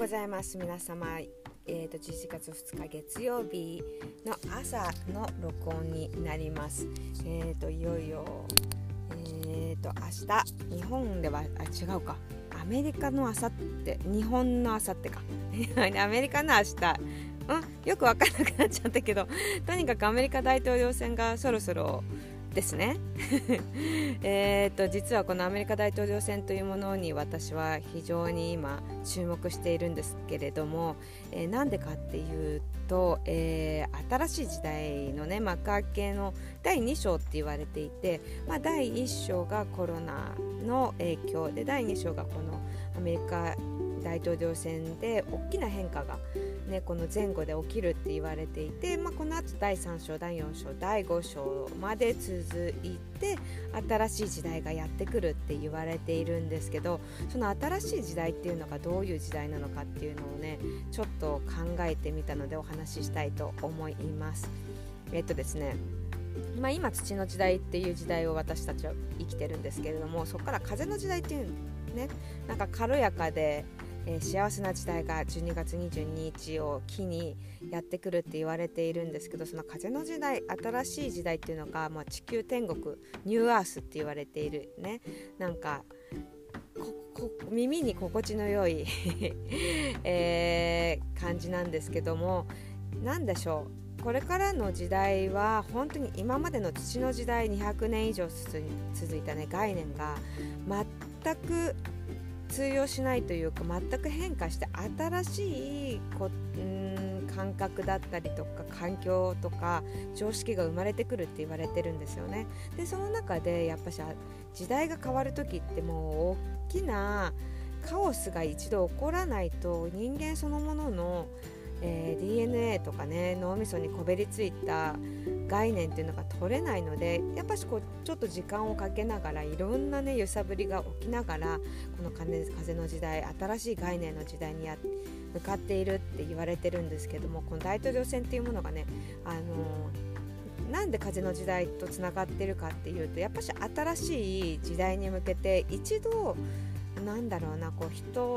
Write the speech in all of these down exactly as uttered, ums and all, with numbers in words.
ございます。皆様、えー、とじゅういちがつふつか月曜日の朝の録音になります。えー、といよいよ、えー、と明日日本ではあ違うかアメリカの朝って日本の朝ってかアメリカの明日、うん、よく分からなくなっちゃったけど、とにかくアメリカ大統領選がそろそろですねえと実はこのアメリカ大統領選というものに私は非常に今注目しているんですけれども、えー、なんでかっていうと、えー、新しい時代のね幕開けのだいに章って言われていて、まあ、だいいっ章がコロナの影響で、だいに章がこのアメリカ大統領選で大きな変化が、ね、この前後で起きるって言われていて、まあ、この後だいさん章だいよん章だいご章まで続いて新しい時代がやってくるって言われているんですけど、その新しい時代っていうのがどういう時代なのかっていうのをねちょっと考えてみたのでお話ししたいと思います。えっとですねまあ、今土の時代っていう時代を私たちは生きてるんですけれども、そこから風の時代っていうね、なんか軽やかでえー、幸せな時代がじゅうにがつにじゅうににちを機にやってくるって言われているんですけど、その風の時代、新しい時代っていうのが、まあ、地球天国ニューアースって言われているね、なんかここ耳に心地の良い、えー、感じなんですけども、なんでしょう、これからの時代は本当に今までの土の時代にひゃくねん以上続いた、ね、概念が全く通用しないというか、全く変化して新しいこうーん感覚だったりとか環境とか常識が生まれてくるって言われてるんですよね。でその中でやっぱし時代が変わる時ってもう大きなカオスが一度起こらないと人間そのもののえー、ディーエヌエー とかね脳みそにこべりついた概念っていうのが取れないので、やっぱしこうちょっと時間をかけながらいろんなね揺さぶりが起きながら、この風の時代、新しい概念の時代にや向かっているって言われてるんですけども、この大統領選っていうものがね、あのー、なんで風の時代とつながってるかっていうと、やっぱし新しい時代に向けて一度なんだろうなこう人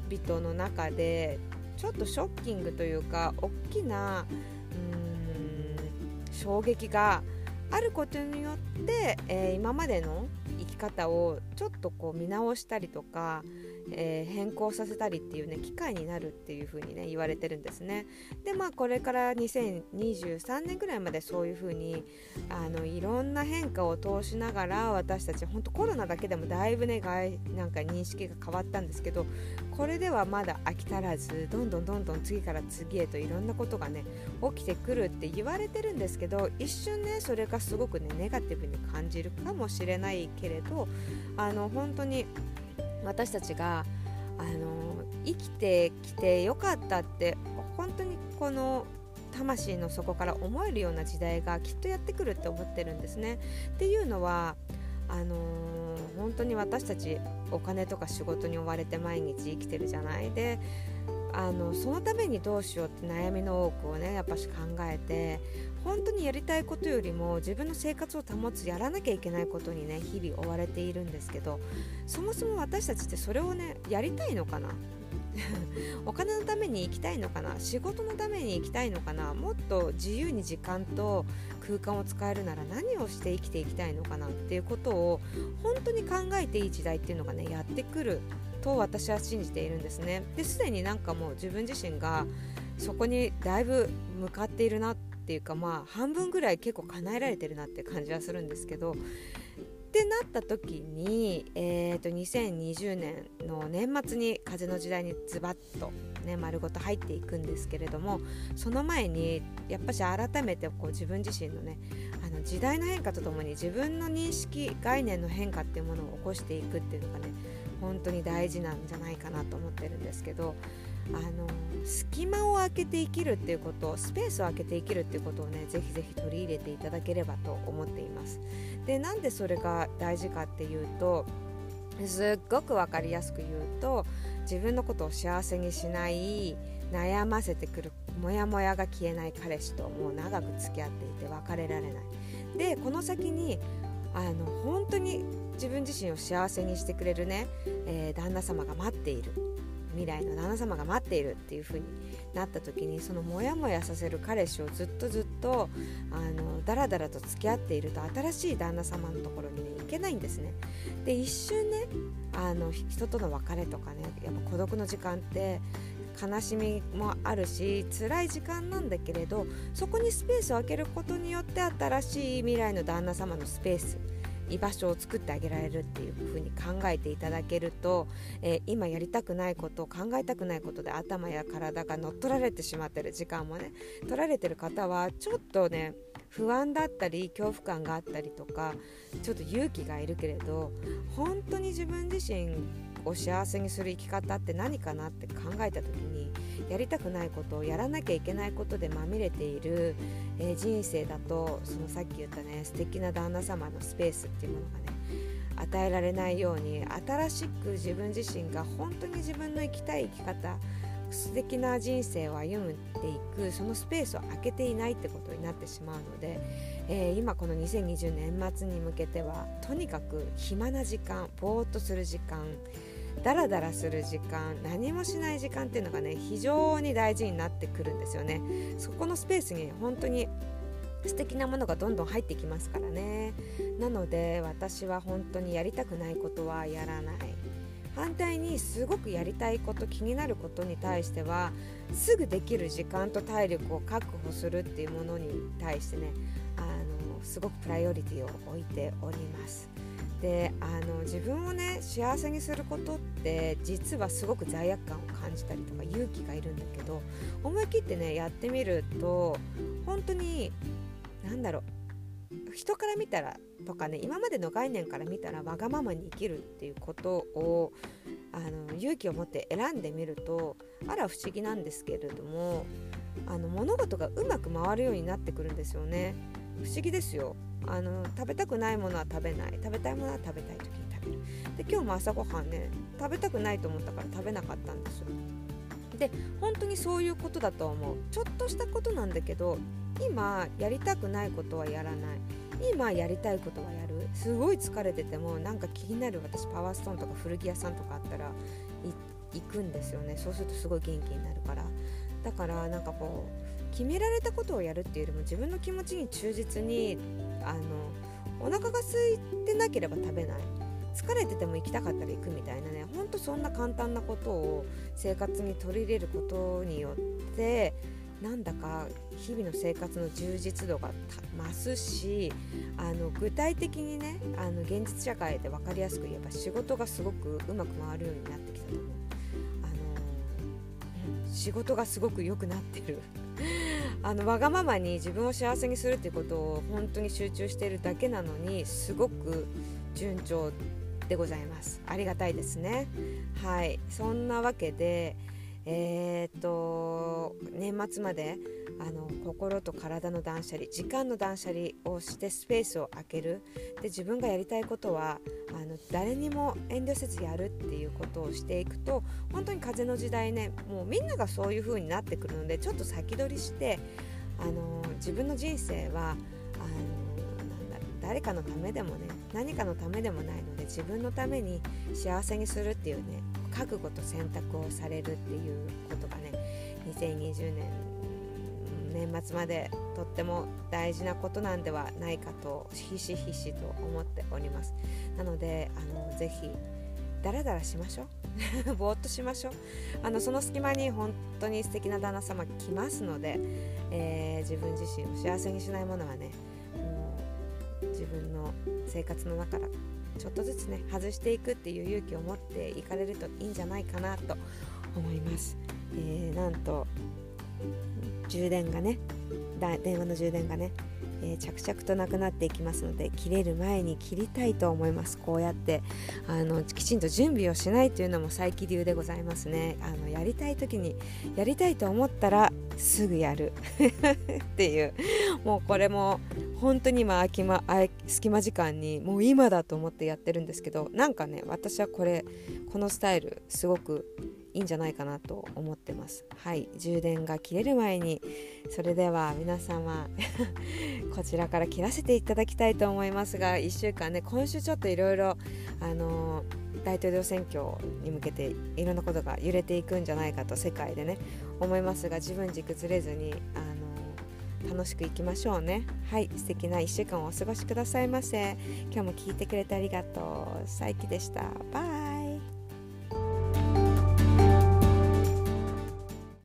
々の中でちょっとショッキングというか大きなうーん衝撃があることによって、えー、今までの生き方をちょっとこう見直したりとか、えー、変更させたりっていうね機会になるっていう風にね言われてるんですね。でまあこれからにせんにじゅうさんねんぐらいまでそういう風にあのいろんな変化を通しながら、私たち本当コロナだけでもだいぶねなんか認識が変わったんですけど、これではまだ飽き足らず、どんどんどんどん次から次へといろんなことがね起きてくるって言われてるんですけど、一瞬ねそれがすごくねネガティブに感じるかもしれないけれど、あの本当に私たちがあの生きてきてよかったって本当にこの魂の底から思えるような時代がきっとやってくるって思ってるんですね。っていうのはあのー、本当に私たちお金とか仕事に追われて毎日生きてるじゃないで、あのそのためにどうしようって悩みの多くをねやっぱし考えて、本当にやりたいことよりも自分の生活を保つやらなきゃいけないことにね日々追われているんですけど、そもそも私たちってそれをねやりたいのかなお金のために生きたいのかな、仕事のために生きたいのかな、もっと自由に時間と空間を使えるなら何をして生きていきたいのかなっていうことを本当に考えていい時代っていうのがねやってくると私は信じているんですね。ですでになんかもう自分自身がそこにだいぶ向かっているなっていうか、まあ半分ぐらい結構叶えられてるなって感じはするんですけど、ってなった時に、えー、とにせんにじゅうねんの年末に風の時代にズバッと、ね、丸ごと入っていくんですけれども、その前にやっぱし改めてこう自分自身のねあの時代の変化とともに自分の認識概念の変化っていうものを起こしていくっていうのがね本当に大事なんじゃないかなと思ってるんですけど、あの隙間を空けて生きるっていうこと、スペースを空けて生きるっていうことをねぜひぜひ取り入れていただければと思っています。でなんでそれが大事かっていうと、すっごく分かりやすく言うと、自分のことを幸せにしない悩ませてくるモヤモヤが消えない彼氏ともう長く付き合っていて別れられない。でこの先にあの本当に自分自身を幸せにしてくれるね、えー、旦那様が待っている未来の旦那様が待っているっていう風になった時に、そのモヤモヤさせる彼氏をずっとずっとあのだらだらと付き合っていると、新しい旦那様のところに、ね、行けないんですね。で一瞬ね、あの人との別れとかね、やっぱ孤独の時間って悲しみもあるし辛い時間なんだけれど、そこにスペースを空けることによって新しい未来の旦那様のスペース、居場所を作ってあげられるっていう風に考えていただけると、えー、今やりたくないことを考えたくないことで頭や体が乗っ取られてしまってる時間もね、取られてる方はちょっとね不安だったり恐怖感があったりとか、ちょっと勇気がいるけれど、本当に自分自身を幸せにする生き方って何かなって考えた時に、やりたくないことをやらなきゃいけないことでまみれている、えー、人生だと、そのさっき言ったね素敵な旦那様のスペースっていうものがね与えられないように、新しく自分自身が本当に自分の生きたい生き方、素敵な人生を歩んでいくそのスペースを空けていないってことになってしまうので、えー、今このにせんにじゅうねん年末に向けてはとにかく暇な時間、ぼーっとする時間、ダラダラする時間、何もしない時間っていうのがね非常に大事になってくるんですよね。そこのスペースに本当に素敵なものがどんどん入ってきますからね。なので私は本当にやりたくないことはやらない、反対にすごくやりたいこと、気になることに対してはすぐできる時間と体力を確保するっていうものに対してね、あのすごくプライオリティを置いております。であの自分をね幸せにすることって実はすごく罪悪感を感じたりとか勇気がいるんだけど、思い切ってねやってみると本当になんだろう、人から見たらとかね、今までの概念から見たらわがままに生きるっていうことをあの勇気を持って選んでみると、あら不思議なんですけれども、あの物事がうまく回るようになってくるんですよね。不思議ですよ。あの食べたくないものは食べない、食べたいものは食べたい時に食べる。で今日も朝ごはんね食べたくないと思ったから食べなかったんですよ。で本当にそういうことだと思う。ちょっとしたことなんだけど、今やりたくないことはやらない、今やりたいことはやる。すごい疲れててもなんか気になる、私パワーストーンとか古着屋さんとかあったら行くんですよね。そうするとすごい元気になるから。だからなんかこう決められたことをやるっていうよりも自分の気持ちに忠実に、あのお腹が空いてなければ食べない、疲れてても行きたかったら行くみたいなね、ほんとそんな簡単なことを生活に取り入れることによってなんだか日々の生活の充実度が増すし、あの具体的にね、あの現実社会で分かりやすく言えば仕事がすごくうまく回るようになってきたと思う。あの仕事がすごく良くなってるあのわがままに自分を幸せにするっていうことを本当に集中しているだけなのに、すごく順調でございます。ありがたいですね。はい、そんなわけでえー、っと年末まであの心と体の断捨離、時間の断捨離をしてスペースを空ける。で自分がやりたいことはあの誰にも遠慮せずやるっていうことをしていくと、本当に風の時代ね、もうみんながそういう風になってくるので、ちょっと先取りしてあの自分の人生はあのなんだ誰かのためでもね、何かのためでもないので、自分のために幸せにするっていうね、覚悟と選択をされるっていうことがね、にせんにじゅうねん年末までとっても大事なことなんではないかとひしひしと思っております。なのであのぜひダラダラしましょうぼーっとしましょう。あのその隙間に本当に素敵な旦那様来ますので、えー、自分自身を幸せにしないものはね、もう自分の生活の中からちょっとずつね外していくっていう勇気を持っていかれるといいんじゃないかなと思います。えー、なんと充電がね電話の充電がね、えー、着々となくなっていきますので、切れる前に切りたいと思います。こうやってあのきちんと準備をしないというのも最近流でございますね。あのやりたい時にやりたいと思ったらすぐやるっていう、もうこれも本当に今空き、ま、隙間時間にもう今だと思ってやってるんですけど、なんかね私はこれこのスタイルすごくいいんじゃないかなと思ってます。はい、充電が切れる前に、それでは皆様こちらから切らせていただきたいと思いますが、いっしゅうかんね、今週ちょっといろいろあのー大統領選挙に向けていろんなことが揺れていくんじゃないかと世界でね思いますが、自分軸ずれずにあの楽しくいきましょうね。はい、素敵ないっしゅうかんをお過ごしくださいませ。今日も聞いてくれてありがとう。さいきでした。バイ。